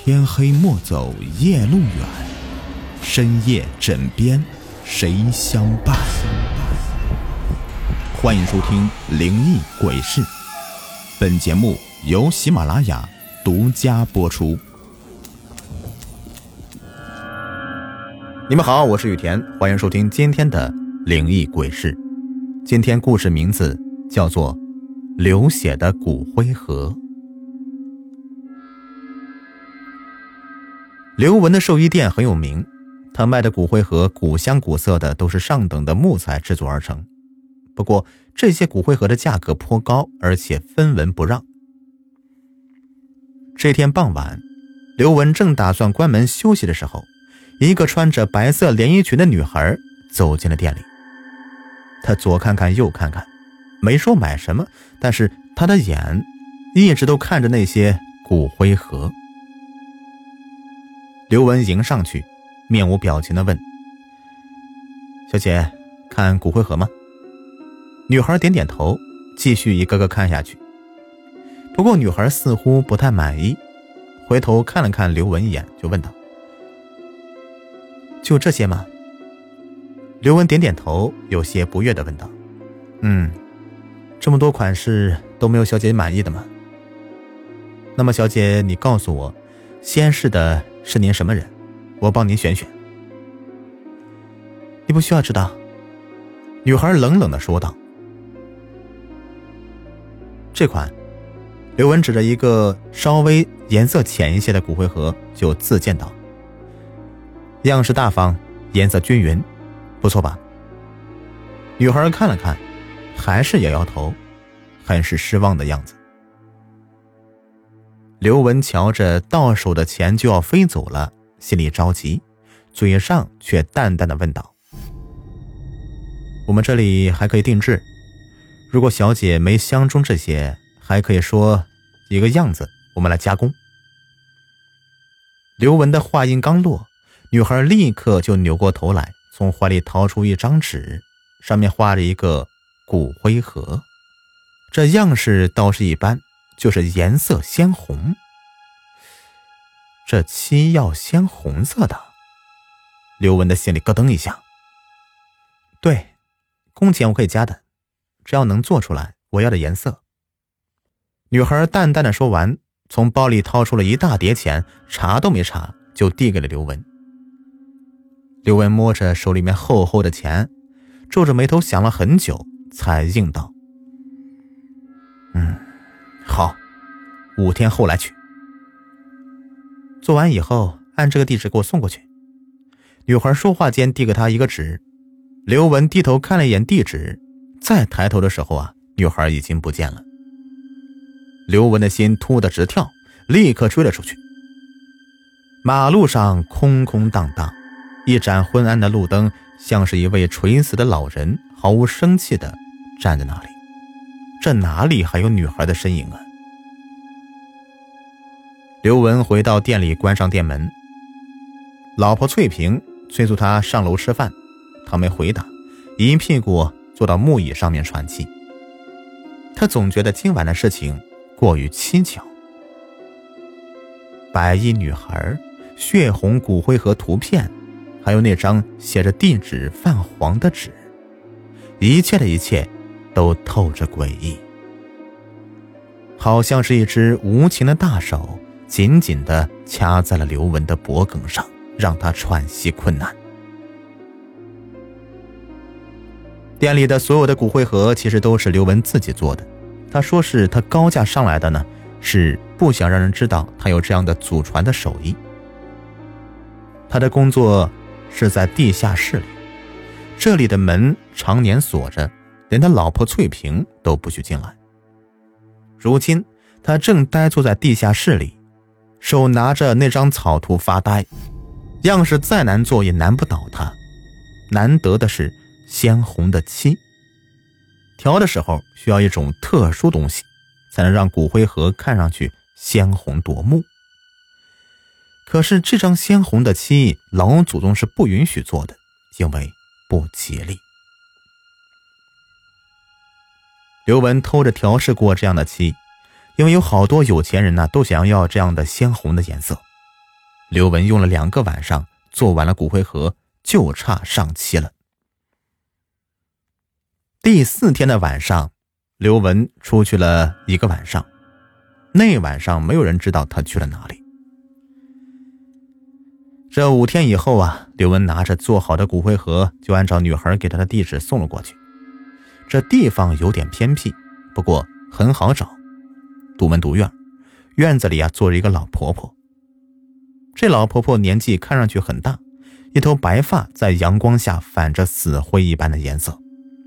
天黑莫走夜路远，深夜枕边谁相伴？欢迎收听灵异鬼事，本节目由喜马拉雅独家播出。你们好，我是雨田，欢迎收听今天的灵异鬼事。今天故事名字叫做流血的骨灰盒。刘文的寿衣店很有名，他卖的骨灰盒古香古色的，都是上等的木材制作而成。不过这些骨灰盒的价格颇高，而且分文不让。这天傍晚，刘文正打算关门休息的时候，一个穿着白色连衣裙的女孩走进了店里。她左看看右看看，没说买什么，但是她的眼一直都看着那些骨灰盒。刘文迎上去，面无表情地问：小姐，看骨灰盒吗？女孩点点头，继续一个个看下去。不过女孩似乎不太满意，回头看了看刘文一眼，就问道：就这些吗？刘文点点头，有些不悦地问道：这么多款式都没有小姐满意的吗？那么小姐，你告诉我，先试的是您什么人，我帮您选选。你不需要知道，女孩冷冷地说道。这款，刘文指着一个稍微颜色浅一些的骨灰盒就自荐道，样式大方，颜色均匀，不错吧？女孩看了看，还是摇摇头，很是失望的样子。刘文瞧着到手的钱就要飞走了，心里着急，嘴上却淡淡的问道：我们这里还可以定制，如果小姐没相中这些，还可以说一个样子，我们来加工。刘文的话音刚落，女孩立刻就扭过头来，从怀里掏出一张纸，上面画着一个骨灰盒，这样式倒是一般，就是颜色鲜红。这漆要鲜红色的，刘文的心里咯噔一下。对，工钱我可以加的，只要能做出来我要的颜色。女孩淡淡的说完，从包里掏出了一大叠钱，查都没查就递给了刘文。刘文摸着手里面厚厚的钱，皱着眉头想了很久，才应道：好，5天后来取。做完以后按这个地址给我送过去。女孩说话间递给他一个纸，刘文低头看了一眼地址，再抬头的时候女孩已经不见了。刘文的心突得直跳，立刻追了出去。马路上空空荡荡，一盏昏暗的路灯像是一位垂死的老人，毫无生气地站在那里。这哪里还有女孩的身影啊？刘文回到店里，关上店门。老婆翠萍催促他上楼吃饭，他没回答，一屁股坐到木椅上面喘气。他总觉得今晚的事情过于蹊跷。白衣女孩、血红骨灰盒图片，还有那张写着地址泛黄的纸，一切的一切都透着诡异，好像是一只无情的大手紧紧地掐在了刘文的脖颈上，让他喘息困难。店里的所有的骨灰盒其实都是刘文自己做的，他说是他高价上来的呢，是不想让人知道他有这样的祖传的手艺。他的工作是在地下室里，这里的门常年锁着，连他老婆翠萍都不许进来。如今他正呆坐在地下室里，手拿着那张草图发呆，样式再难做也难不倒他。难得的是鲜红的漆，调的时候需要一种特殊东西，才能让骨灰盒看上去鲜红夺目。可是这张鲜红的漆，老祖宗是不允许做的，因为不吉利。刘文偷着调试过这样的漆，因为有好多有钱人都想要这样的鲜红的颜色， 刘文用了2个晚上做完了骨灰盒，就差上漆了。第4天的晚上，刘文出去了1个晚上，那晚上没有人知道他去了哪里。这5天以后啊，刘文拿着做好的骨灰盒，就按照女孩给他的地址送了过去。这地方有点偏僻，不过很好找，独门独院，院子里啊坐着一个老婆婆。这老婆婆年纪看上去很大，一头白发在阳光下反着死灰一般的颜色。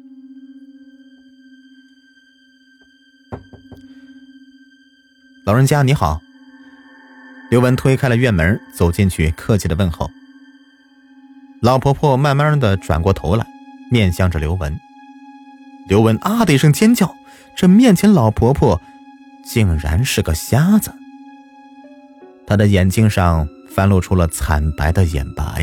老人家你好。刘文推开了院门，走进去客气的问候。老婆婆慢慢的转过头来，面向着刘文。刘文啊的一声尖叫，这面前老婆婆竟然是个瞎子，她的眼睛上翻露出了惨白的眼白。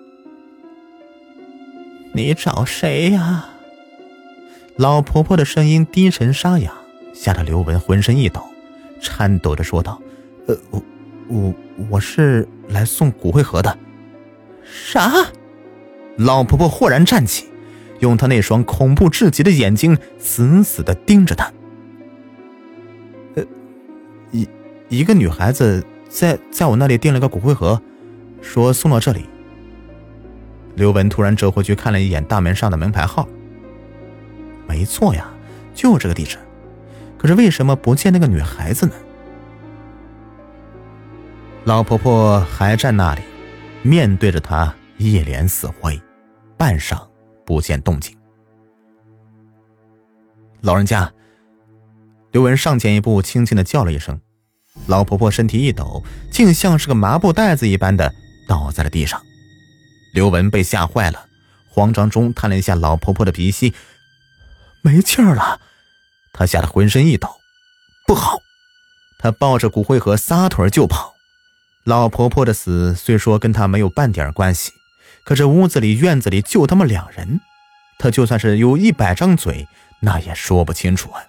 你找谁呀？老婆婆的声音低沉沙哑，吓得刘文浑身一抖，颤抖着说道：我是来送骨灰盒的。啥？老婆婆豁然站起，用她那双恐怖至极的眼睛死死地盯着他。一个女孩子在我那里订了个骨灰盒，说送到这里。刘文突然折回去看了一眼大门上的门牌号。没错呀，就这个地址。可是为什么不见那个女孩子呢？老婆婆还站那里，面对着他一脸死灰，半晌不见动静。老人家，刘文上前一步，轻轻地叫了一声。老婆婆身体一抖，竟像是个麻布袋子一般的倒在了地上。刘文被吓坏了，慌张中探了一下老婆婆的鼻息，没气儿了。他吓得浑身一抖，不好！他抱着骨灰盒撒腿就跑。老婆婆的死虽说跟他没有半点关系，可这屋子里院子里就他们2人，他就算是有100张嘴，那也说不清楚啊。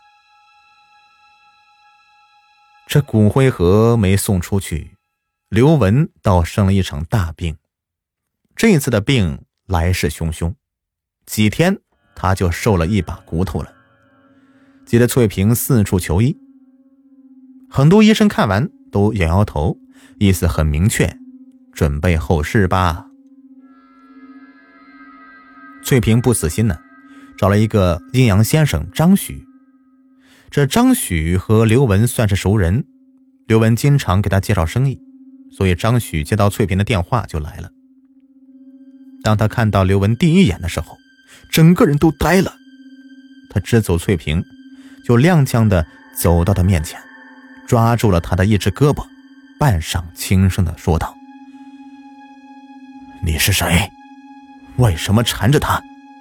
这骨灰盒没送出去，刘文倒生了一场大病。这次的病来势汹汹，几天他就瘦了1把骨头了，急得翠萍四处求医。很多医生看完都摇摇头，意思很明确，准备后事吧。翠萍不死心呢，找了一个阴阳先生张许。这张许和刘文算是熟人，刘文经常给他介绍生意，所以张许接到翠萍的电话就来了。当他看到刘文第一眼的时候，整个人都呆了。他直走翠萍，就踉跄地走到他面前，抓住了他的一只胳膊，半晌轻声地说道：你是谁？为什么缠着他？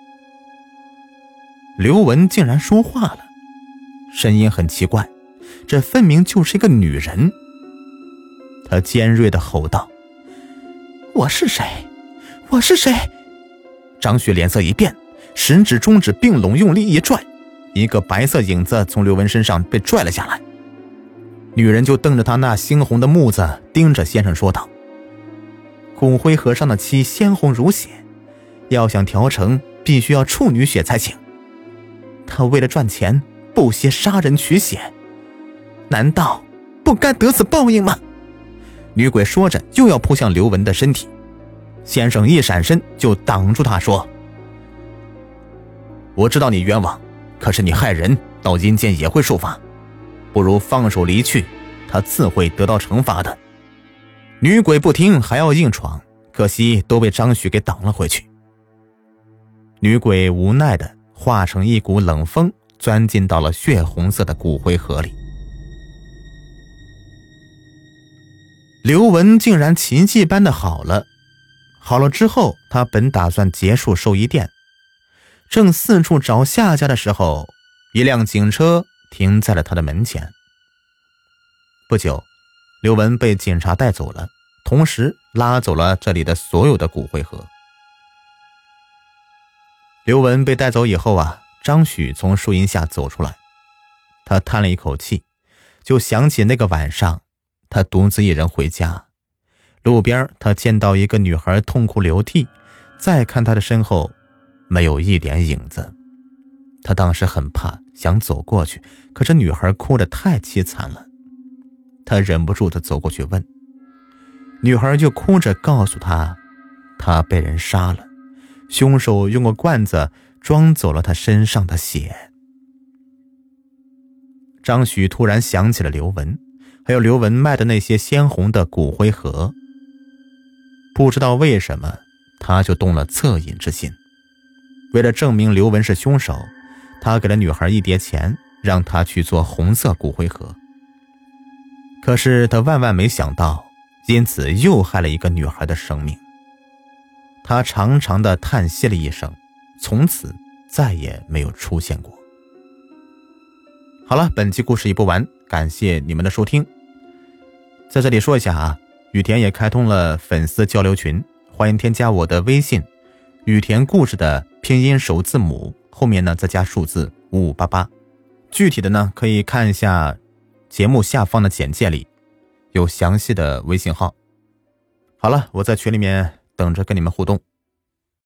刘文竟然说话了，声音很奇怪，这分明就是一个女人。他尖锐地吼道：我是谁？我是谁？张雪脸色一变，食指中指并拢用力一拽，一个白色影子从刘文身上被拽了下来。女人就瞪着他那猩红的目子盯着先生说道：骨灰盒上的漆鲜红如血，要想调成必须要处女血才行。他为了赚钱不惜杀人取血，难道不该得此报应吗？女鬼说着又要扑向刘文的身体，先生一闪身就挡住他说：我知道你冤枉，可是你害人到阴间也会受罚，不如放手离去，他自会得到惩罚的。女鬼不听，还要硬闯，可惜都被张许给挡了回去。女鬼无奈地化成一股冷风，钻进到了血红色的骨灰盒里。刘文竟然奇迹般的好了。好了之后，他本打算结束寿衣店，正四处找下家的时候，一辆警车停在了他的门前。不久，刘文被警察带走了，同时拉走了这里的所有的骨灰盒。刘文被带走以后啊，张许从树荫下走出来，他叹了一口气，就想起那个晚上他独自一人回家， 路边他见到一个女孩痛哭流涕，再看她的身后没有一点影子。他当时很怕，想走过去，可是女孩哭得太凄惨了。他忍不住地走过去问，女孩就哭着告诉他，她被人杀了，凶手用个罐子装走了她身上的血。张许突然想起了刘文，还有刘文卖的那些鲜红的骨灰盒。不知道为什么，他就动了恻隐之心。为了证明刘文是凶手，他给了女孩一叠钱，让她去做红色骨灰盒。可是他万万没想到，因此又害了一个女孩的生命。他长长的叹息了一声，从此再也没有出现过。好了，本期故事已播完，感谢你们的收听。在这里说一下啊，雨田也开通了粉丝交流群，欢迎添加我的微信，雨田故事的拼音首字母后面呢再加数字5588。具体的呢可以看一下节目下方的简介里有详细的微信号。好了，我在群里面等着跟你们互动。